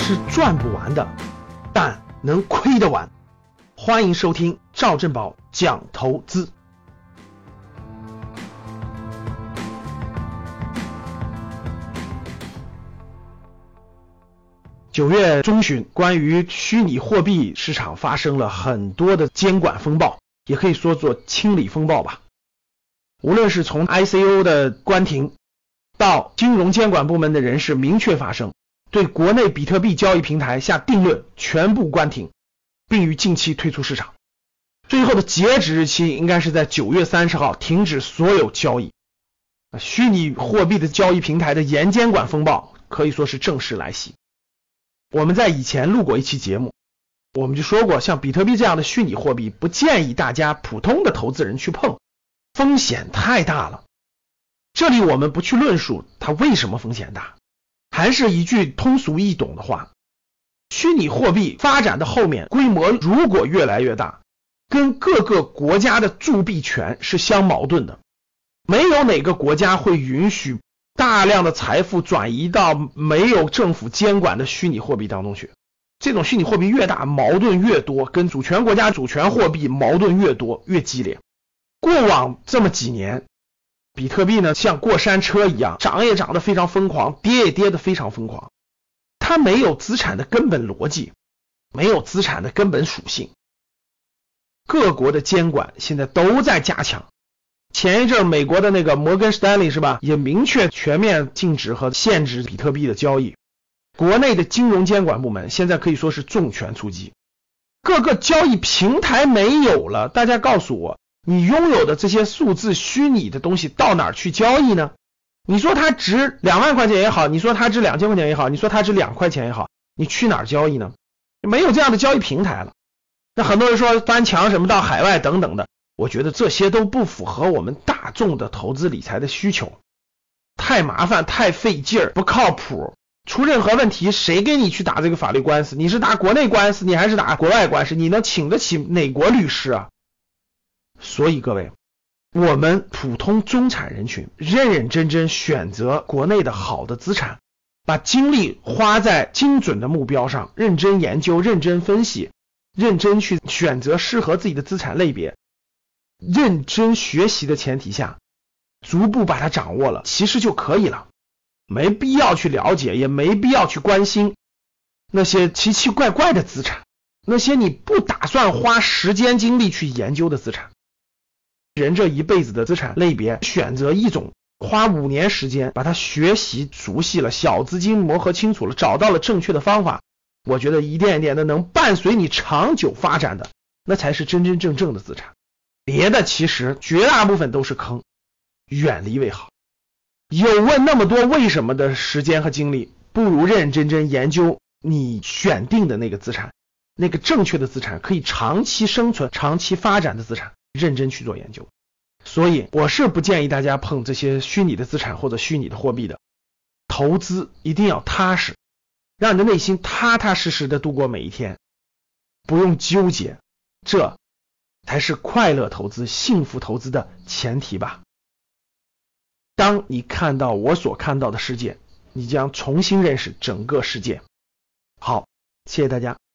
是赚不完的，但能亏得完。欢迎收听赵正宝讲投资。9月中旬，关于虚拟货币市场发生了很多的监管风暴，也可以说做清理风暴吧。无论是从 ICO 的关停，到金融监管部门的人士明确发声，对国内比特币交易平台下定论，全部关停，并于近期退出市场。最后的截止日期应该是在9月30号停止所有交易。虚拟货币的交易平台的严监管风暴可以说是正式来袭。我们在以前录过一期节目，我们就说过，像比特币这样的虚拟货币不建议大家普通的投资人去碰，风险太大了。这里我们不去论述它为什么风险大，还是一句通俗易懂的话，虚拟货币发展的后面规模如果越来越大，跟各个国家的铸币权是相矛盾的。没有哪个国家会允许大量的财富转移到没有政府监管的虚拟货币当中去。这种虚拟货币越大，矛盾越多，跟主权国家主权货币矛盾越多越激烈。过往这么几年，比特币呢像过山车一样，涨也涨得非常疯狂，跌也跌得非常疯狂。它没有资产的根本逻辑，没有资产的根本属性。各国的监管现在都在加强。前一阵美国的那个摩根士丹利是吧，也明确全面禁止和限制比特币的交易。国内的金融监管部门现在可以说是重拳出击。各个交易平台没有了，大家告诉我，你拥有的这些数字虚拟的东西到哪儿去交易呢？你说它值2万块钱也好，你说它值2000块钱也好，你说它值2块钱也好，你去哪儿交易呢？没有这样的交易平台了。那很多人说翻墙什么到海外等等的，我觉得这些都不符合我们大众的投资理财的需求，太麻烦太费劲儿，不靠谱。出任何问题谁给你去打这个法律官司？你是打国内官司，你还是打国外官司？你能请得起哪国律师啊？所以各位，我们普通中产人群认认真真选择国内的好的资产，把精力花在精准的目标上，认真研究，认真分析，认真去选择适合自己的资产类别，认真学习的前提下，逐步把它掌握了，其实就可以了。没必要去了解，也没必要去关心那些奇奇怪怪的资产，那些你不打算花时间精力去研究的资产。人这一辈子的资产类别，选择一种，花5年时间把它学习熟悉了，小资金磨合清楚了，找到了正确的方法，我觉得一点一点的能伴随你长久发展的，那才是真真正正的资产。别的其实绝大部分都是坑，远离为好。有问那么多为什么的时间和精力，不如认认真真研究你选定的那个资产，那个正确的资产，可以长期生存长期发展的资产，认真去做研究。所以我是不建议大家碰这些虚拟的资产或者虚拟的货币的。投资一定要踏实，让你的内心踏踏实实的度过每一天，不用纠结，这才是快乐投资幸福投资的前提吧。当你看到我所看到的世界，你将重新认识整个世界。好，谢谢大家。